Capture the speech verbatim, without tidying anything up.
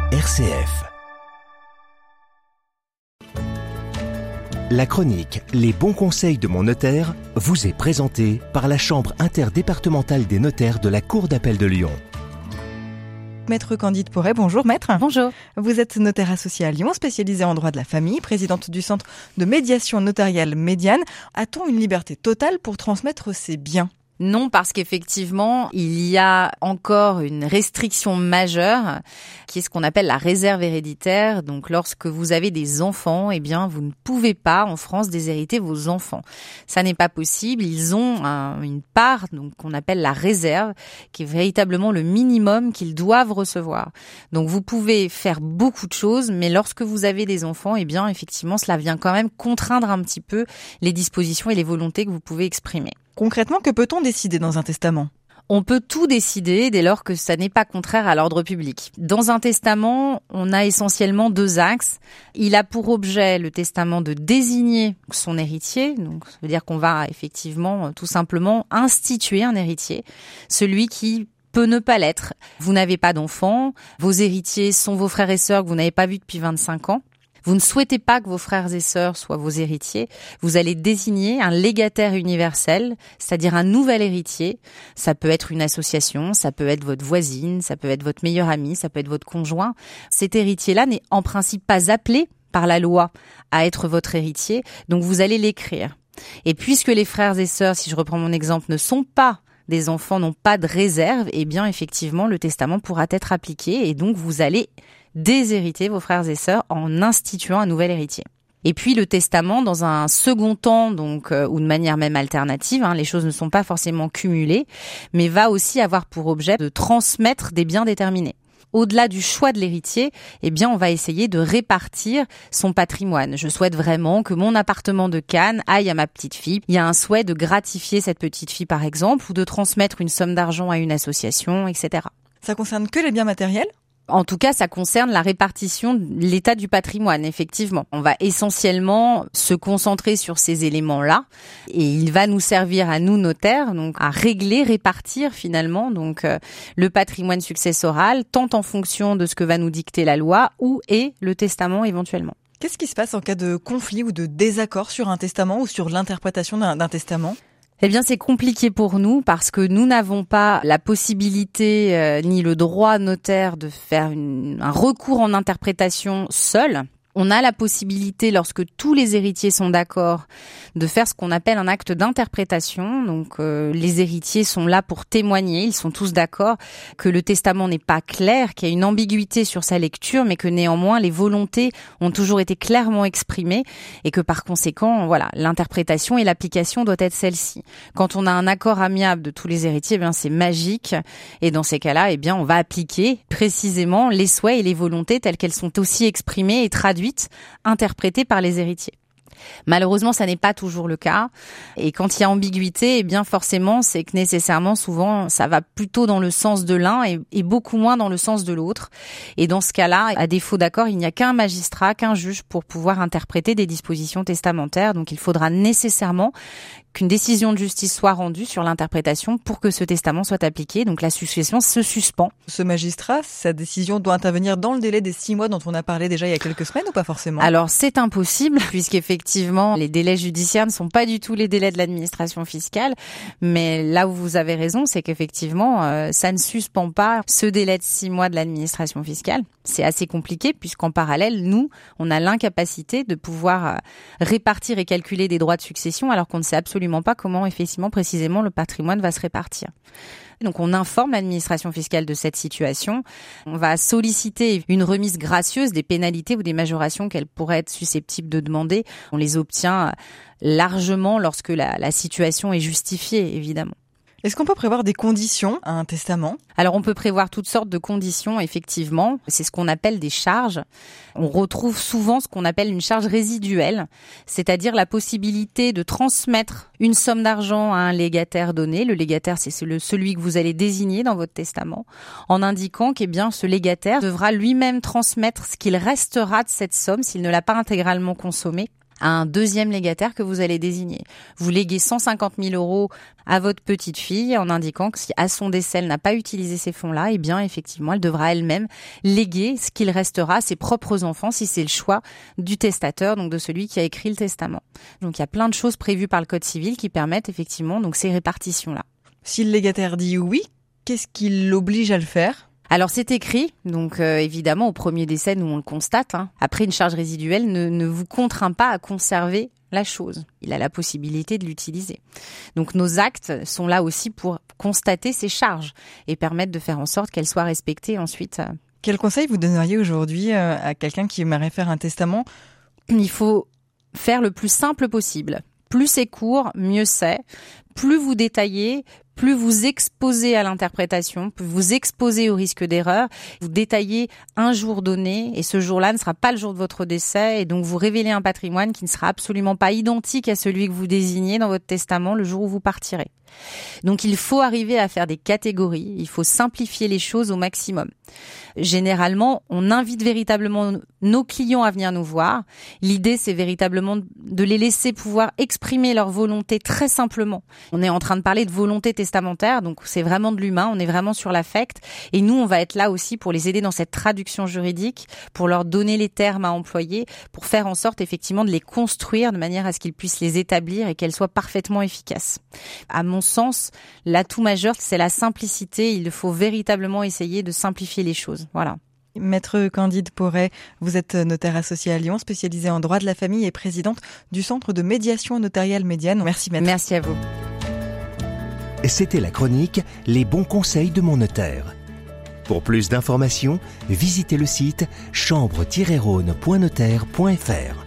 R C F. La chronique « Les bons conseils de mon notaire » vous est présentée par la Chambre interdépartementale des notaires de la Cour d'appel de Lyon. Maître Candide Porret, bonjour maître. Bonjour. Vous êtes notaire associé à Lyon, spécialisé en droit de la famille, présidente du centre de médiation notariale Médiane. A-t-on une liberté totale pour transmettre ses biens ? Non, parce qu'effectivement, il y a encore une restriction majeure qui est ce qu'on appelle la réserve héréditaire. Donc, lorsque vous avez des enfants, eh bien, vous ne pouvez pas, en France, déshériter vos enfants. Ça n'est pas possible. Ils ont un, une part, donc, qu'on appelle la réserve, qui est véritablement le minimum qu'ils doivent recevoir. Donc, vous pouvez faire beaucoup de choses, mais lorsque vous avez des enfants, eh bien, effectivement, cela vient quand même contraindre un petit peu les dispositions et les volontés que vous pouvez exprimer. Concrètement, que peut-on décider dans un testament ? On peut tout décider dès lors que ça n'est pas contraire à l'ordre public. Dans un testament, on a essentiellement deux axes. Il a pour objet, le testament, de désigner son héritier. Donc, ça veut dire qu'on va effectivement, tout simplement, instituer un héritier. Celui qui peut ne pas l'être. Vous n'avez pas d'enfants. Vos héritiers sont vos frères et sœurs que vous n'avez pas vus depuis vingt-cinq ans. Vous ne souhaitez pas que vos frères et sœurs soient vos héritiers, vous allez désigner un légataire universel, c'est-à-dire un nouvel héritier. Ça peut être une association, ça peut être votre voisine, ça peut être votre meilleur ami, ça peut être votre conjoint. Cet héritier-là n'est en principe pas appelé par la loi à être votre héritier, donc vous allez l'écrire. Et puisque les frères et sœurs, si je reprends mon exemple, ne sont pas des enfants, n'ont pas de réserve, eh bien effectivement le testament pourra être appliqué et donc vous allez déshériter vos frères et sœurs en instituant un nouvel héritier. Et puis le testament, dans un second temps, donc euh, ou de manière même alternative, hein, les choses ne sont pas forcément cumulées, mais va aussi avoir pour objet de transmettre des biens déterminés. Au-delà du choix de l'héritier, eh bien, on va essayer de répartir son patrimoine. Je souhaite vraiment que mon appartement de Cannes aille à ma petite fille. Il y a un souhait de gratifier cette petite fille, par exemple, ou de transmettre une somme d'argent à une association, et cetera. Ça concerne que les biens matériels ? En tout cas, ça concerne la répartition de l'état du patrimoine, effectivement. On va essentiellement se concentrer sur ces éléments-là et il va nous servir à nous, notaires, donc à régler, répartir finalement donc euh, le patrimoine successoral, tant en fonction de ce que va nous dicter la loi ou et le testament éventuellement. Qu'est-ce qui se passe en cas de conflit ou de désaccord sur un testament ou sur l'interprétation d'un, d'un testament ? Eh bien, c'est compliqué pour nous parce que nous n'avons pas la possibilité euh, ni le droit notaire de faire une, un recours en interprétation seul. On a la possibilité, lorsque tous les héritiers sont d'accord, de faire ce qu'on appelle un acte d'interprétation. Donc, euh, les héritiers sont là pour témoigner. Ils sont tous d'accord que le testament n'est pas clair, qu'il y a une ambiguïté sur sa lecture, mais que néanmoins, les volontés ont toujours été clairement exprimées et que par conséquent, voilà, l'interprétation et l'application doit être celle-ci. Quand on a un accord amiable de tous les héritiers, eh bien, c'est magique. Et dans ces cas-là, eh bien, on va appliquer précisément les souhaits et les volontés telles qu'elles sont aussi exprimées et traduites, interprétées par les héritiers. Malheureusement, ça n'est pas toujours le cas. Et quand il y a ambiguïté, eh bien forcément, c'est que nécessairement, souvent, ça va plutôt dans le sens de l'un et, et beaucoup moins dans le sens de l'autre. Et dans ce cas-là, à défaut d'accord, il n'y a qu'un magistrat, qu'un juge pour pouvoir interpréter des dispositions testamentaires. Donc, il faudra nécessairement qu'une décision de justice soit rendue sur l'interprétation pour que ce testament soit appliqué. Donc, la succession se suspend. Ce magistrat, sa décision doit intervenir dans le délai des six mois dont on a parlé déjà il y a quelques semaines ou pas forcément ? Alors, c'est impossible puisqu'effectivement, les délais judiciaires ne sont pas du tout les délais de l'administration fiscale. Mais là où vous avez raison, c'est qu'effectivement, euh, ça ne suspend pas ce délai de six mois de l'administration fiscale. C'est assez compliqué puisqu'en parallèle, nous, on a l'incapacité de pouvoir euh, répartir et calculer des droits de succession alors qu'on ne sait absolument pas comment, effectivement, précisément, le patrimoine va se répartir. Donc, on informe l'administration fiscale de cette situation. On va solliciter une remise gracieuse des pénalités ou des majorations qu'elle pourrait être susceptible de demander. On les obtient largement lorsque la, la situation est justifiée, évidemment. Est-ce qu'on peut prévoir des conditions à un testament ? Alors, on peut prévoir toutes sortes de conditions, effectivement. C'est ce qu'on appelle des charges. On retrouve souvent ce qu'on appelle une charge résiduelle, c'est-à-dire la possibilité de transmettre une somme d'argent à un légataire donné. Le légataire, c'est celui que vous allez désigner dans votre testament, en indiquant qu'eh bien, ce légataire devra lui-même transmettre ce qu'il restera de cette somme, s'il ne l'a pas intégralement consommée, à un deuxième légataire que vous allez désigner. Vous léguez cent cinquante mille euros à votre petite fille en indiquant que si à son décès elle n'a pas utilisé ces fonds-là, eh bien effectivement elle devra elle-même léguer ce qu'il restera à ses propres enfants si c'est le choix du testateur, donc de celui qui a écrit le testament. Donc il y a plein de choses prévues par le Code civil qui permettent effectivement donc ces répartitions-là. Si le légataire dit oui, qu'est-ce qui l'oblige à le faire ? Alors c'est écrit, donc euh, évidemment au premier décès nous on le constate. Hein. Après une charge résiduelle ne, ne vous contraint pas à conserver la chose. Il a la possibilité de l'utiliser. Donc nos actes sont là aussi pour constater ces charges et permettre de faire en sorte qu'elles soient respectées ensuite. Quel conseil vous donneriez aujourd'hui euh, à quelqu'un qui aimerait faire un testament ? Il faut faire le plus simple possible. Plus c'est court, mieux c'est. Plus vous détaillez, plus vous exposez à l'interprétation, plus vous exposez au risque d'erreur, vous détaillez un jour donné et ce jour-là ne sera pas le jour de votre décès et donc vous révélez un patrimoine qui ne sera absolument pas identique à celui que vous désignez dans votre testament le jour où vous partirez. Donc il faut arriver à faire des catégories, il faut simplifier les choses au maximum. Généralement, on invite véritablement nos clients à venir nous voir. L'idée, c'est véritablement de les laisser pouvoir exprimer leur volonté très simplement. On est en train de parler de volonté testamentaire, donc c'est vraiment de l'humain, on est vraiment sur l'affect. Et nous, on va être là aussi pour les aider dans cette traduction juridique, pour leur donner les termes à employer, pour faire en sorte effectivement de les construire de manière à ce qu'ils puissent les établir et qu'elles soient parfaitement efficaces. À mon sens, l'atout majeur, c'est la simplicité. Il faut véritablement essayer de simplifier les choses. Voilà. Maître Candide Porret, vous êtes notaire associé à Lyon, spécialisé en droit de la famille et présidente du Centre de médiation notariale Médiane. Merci maître. Merci à vous. C'était la chronique « Les bons conseils de mon notaire ». Pour plus d'informations, visitez le site chambre tiret rhône point notaire point f r.